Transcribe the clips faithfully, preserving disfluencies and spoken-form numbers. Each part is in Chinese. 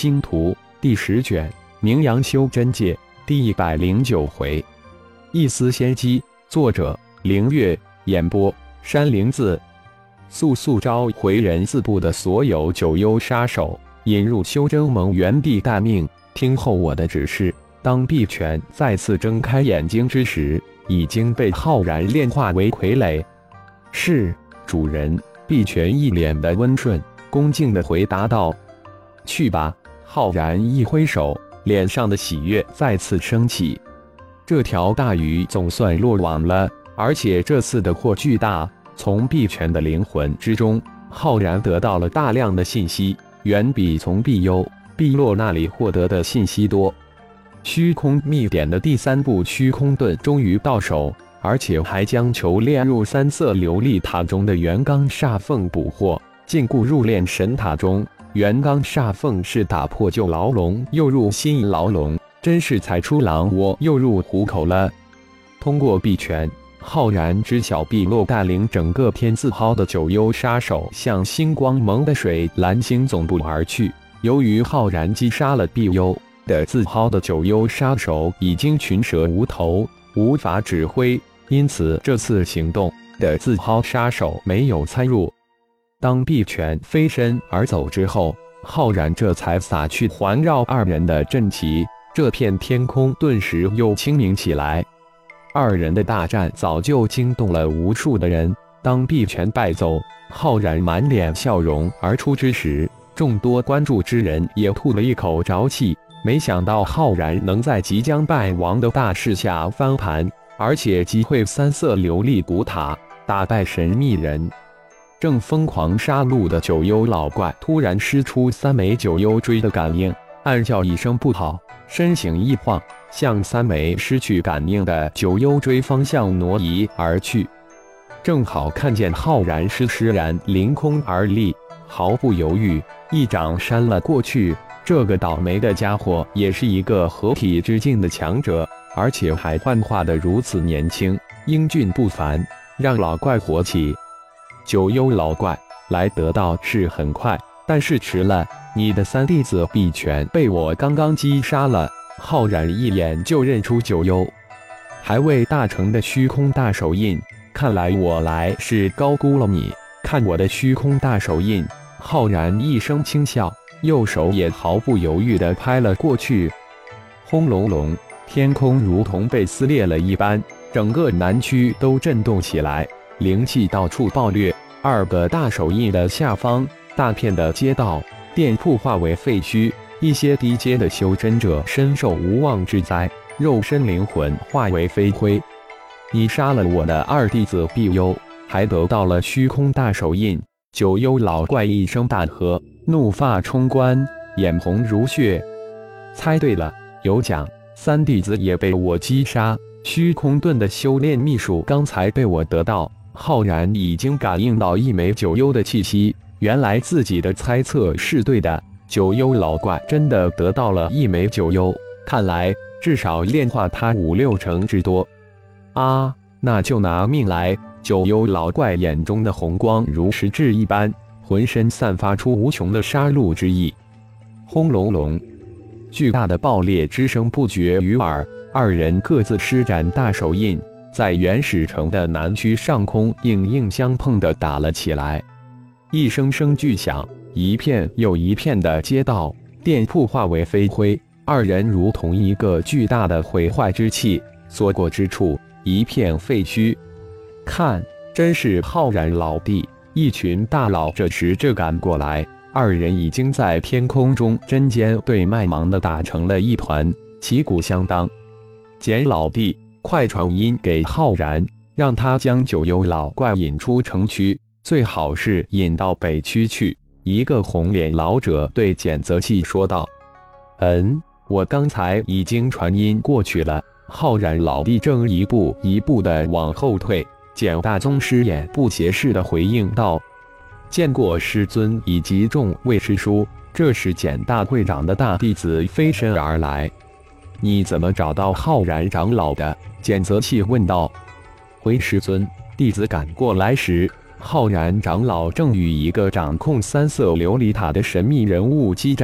星图》第十卷名扬修真界第一百零九回。一丝仙机，作者凌月，演播山灵子。速速召回人字部的所有九幽杀手，引入修真盟，原地待命，听候我的指示。当碧泉再次睁开眼睛之时，已经被浩然炼化为傀儡。是，主人。碧泉一脸的温顺，恭敬地回答道：“去吧。”浩然一挥手，脸上的喜悦再次升起。这条大鱼总算落网了，而且这次的获巨大。从碧泉的灵魂之中，浩然得到了大量的信息，远比从碧幽、碧落那里获得的信息多。虚空秘典的第三部虚空盾终于到手，而且还将囚炼入三色琉璃塔中的元刚煞凤捕获，禁锢入炼神塔中。元刚煞凤是打破旧牢笼，又入新牢笼，真是才出狼窝又入虎口了。通过碧泉，浩然知晓碧落带领整个天字号的九幽杀手向星光盟的水蓝星总部而去。由于浩然击杀了碧幽的字号的九幽杀手已经群蛇无头，无法指挥，因此这次行动的字号杀手没有参入。当碧泉飞身而走之后，浩然这才撒去环绕二人的阵旗，这片天空顿时又清明起来。二人的大战早就惊动了无数的人，当碧泉败走，浩然满脸笑容而出之时，众多关注之人也吐了一口沼气。没想到浩然能在即将败亡的大势下翻盘，而且击毁三色琉璃古塔，打败神秘人。正疯狂杀戮的九幽老怪突然施出三枚九幽锥的感应，暗叫一声不好，身形一晃，向三枚失去感应的九幽锥方向挪移而去。正好看见浩然施施然凌空而立，毫不犹豫，一掌扇了过去。这个倒霉的家伙也是一个合体之境的强者，而且还幻化得如此年轻，英俊不凡，让老怪火起。九幽老怪来得到是很快，但是迟了，你的三弟子碧泉被我刚刚击杀了。浩然一眼就认出九幽，还未大成的虚空大手印，看来我来是高估了你。看我的虚空大手印！浩然一声轻笑，右手也毫不犹豫地拍了过去。轰隆隆，天空如同被撕裂了一般，整个南区都震动起来，灵气到处爆裂。二个大手印的下方，大片的街道、店铺化为废墟，一些低阶的修真者身受无妄之灾，肉身灵魂化为飞灰。你杀了我的二弟子碧幽，还得到了虚空大手印。九幽老怪一声大喝，怒发冲冠，眼红如血。猜对了，有奖，三弟子也被我击杀。虚空盾的修炼秘术刚才被我得到。浩然已经感应到一枚九幽的气息，原来自己的猜测是对的，九幽老怪真的得到了一枚九幽，看来至少炼化他五六成之多。啊，那就拿命来！九幽老怪眼中的红光如实质一般，浑身散发出无穷的杀戮之意。轰隆隆，巨大的爆裂之声不绝于耳，二人各自施展大手印，在原始城的南区上空硬硬相碰地打了起来。一声声巨响，一片又一片的街道、店铺化为飞灰，二人如同一个巨大的毁坏之气，所过之处一片废墟。看，真是浩然老弟！一群大佬这时这赶过来，二人已经在天空中针尖对麦芒地打成了一团，旗鼓相当。简老弟，快传音给浩然，让他将九幽老怪引出城区，最好是引到北区去。一个红脸老者对简泽气说道。嗯，我刚才已经传音过去了。浩然老弟正一步一步地往后退，简大宗师眼不斜视地回应道：见过师尊以及众位师叔。这时简大会长的大弟子飞身而来。你怎么找到浩然长老的？简泽气问道。回师尊，弟子赶过来时，浩然长老正与一个掌控三色琉璃塔的神秘人物激战，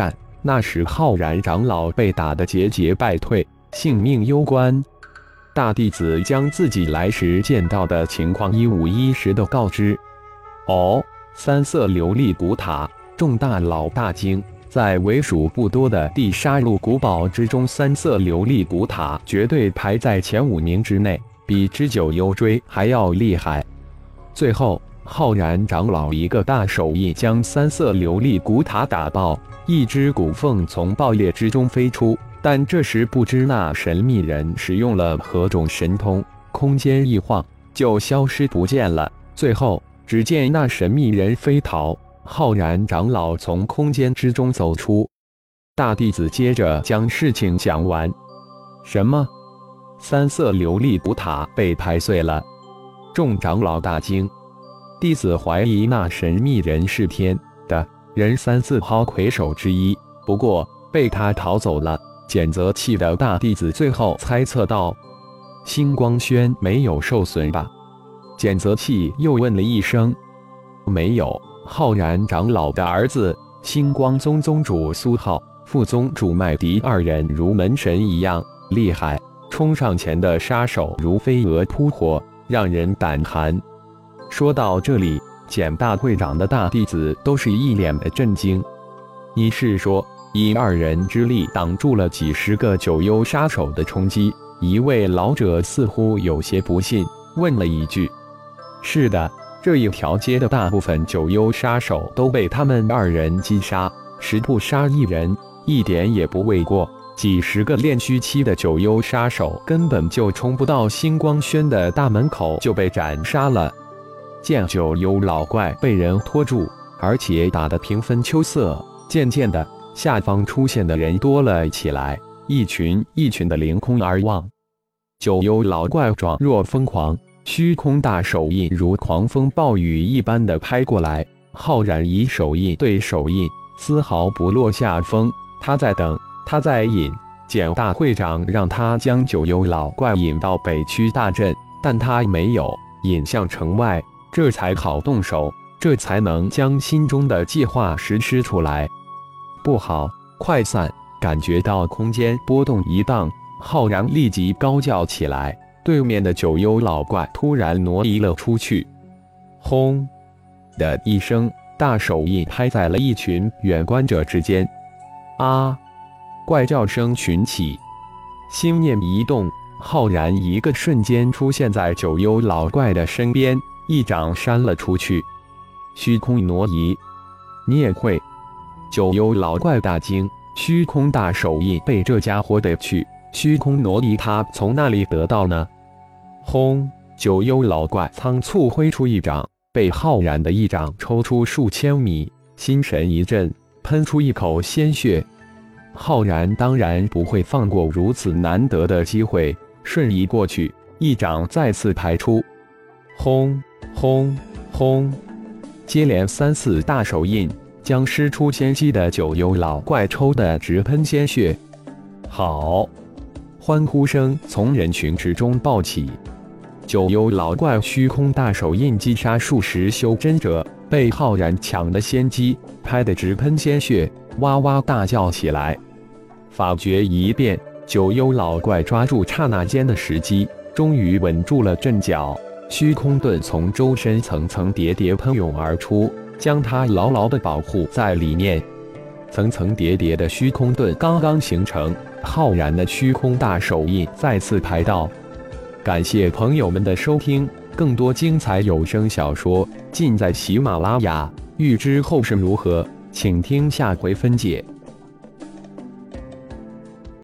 那时浩然长老被打得节节败退，性命攸关。大弟子将自己来时见到的情况一五一十地告知。哦，三色琉璃古塔，众大佬大惊。在为数不多的地杀戮古堡之中，三色琉璃古塔绝对排在前五名之内，比知九幽锥还要厉害。最后，浩然长老一个大手印将三色琉璃古塔打爆，一只骨凤从爆裂之中飞出。但这时不知那神秘人使用了何种神通，空间一晃就消失不见了。最后，只见那神秘人飞逃。浩然长老从空间之中走出，大弟子接着将事情讲完。什么？三色琉璃古塔被拍碎了？众长老大惊。弟子怀疑那神秘人是天的人三四号魁首之一，不过被他逃走了。谴责气的大弟子最后猜测道：“星光轩没有受损吧？”谴责气又问了一声：“没有。”浩然长老的儿子星光宗宗主苏浩、副宗主麦迪二人如门神一样厉害，冲上前的杀手如飞蛾扑火，让人胆寒。说到这里，简大会长的大弟子都是一脸的震惊。你是说，以二人之力挡住了几十个九幽杀手的冲击？一位老者似乎有些不信，问了一句：“是的。”这一条街的大部分九幽杀手都被他们二人击杀，十不杀一人，一点也不为过。几十个炼虚期的九幽杀手根本就冲不到星光轩的大门口就被斩杀了。见九幽老怪被人拖住，而且打得平分秋色，渐渐的，下方出现的人多了起来，一群一群的凌空而望。九幽老怪状若疯狂。虚空大手印如狂风暴雨一般的拍过来，浩然以手印对手印，丝毫不落下风。他在等，他在引。简大会长让他将九幽老怪引到北区大阵，但他没有引向城外，这才好动手，这才能将心中的计划实施出来。不好，快散！感觉到空间波动一荡，浩然立即高叫起来。对面的九幽老怪突然挪移了出去，轰的一声，大手印拍在了一群远观者之间。啊！怪叫声群起，心念一动，浩然一个瞬间出现在九幽老怪的身边，一掌扇了出去。虚空挪移，你也会？九幽老怪大惊，虚空大手印被这家伙逮去，虚空挪移他从哪里得到呢？轰！九幽老怪仓促挥出一掌，被浩然的一掌抽出数千米，心神一震，喷出一口鲜血。浩然当然不会放过如此难得的机会，瞬移过去，一掌再次排出。轰轰轰！接连三四大手印，将施出仙息的九幽老怪抽得直喷鲜血。好！欢呼声从人群之中爆起。九幽老怪虚空大手印击杀数十修真者，被浩然抢的先机，拍得直喷鲜血，哇哇大叫起来。法诀一变，九幽老怪抓住刹那间的时机，终于稳住了阵脚。虚空盾从周身层层叠叠喷涌而出，将他牢牢地保护在里面。层层叠叠的虚空盾刚刚形成，浩然的虚空大手印再次拍到。感谢朋友们的收听，更多精彩有声小说尽在喜马拉雅。欲知后事如何，请听下回分解。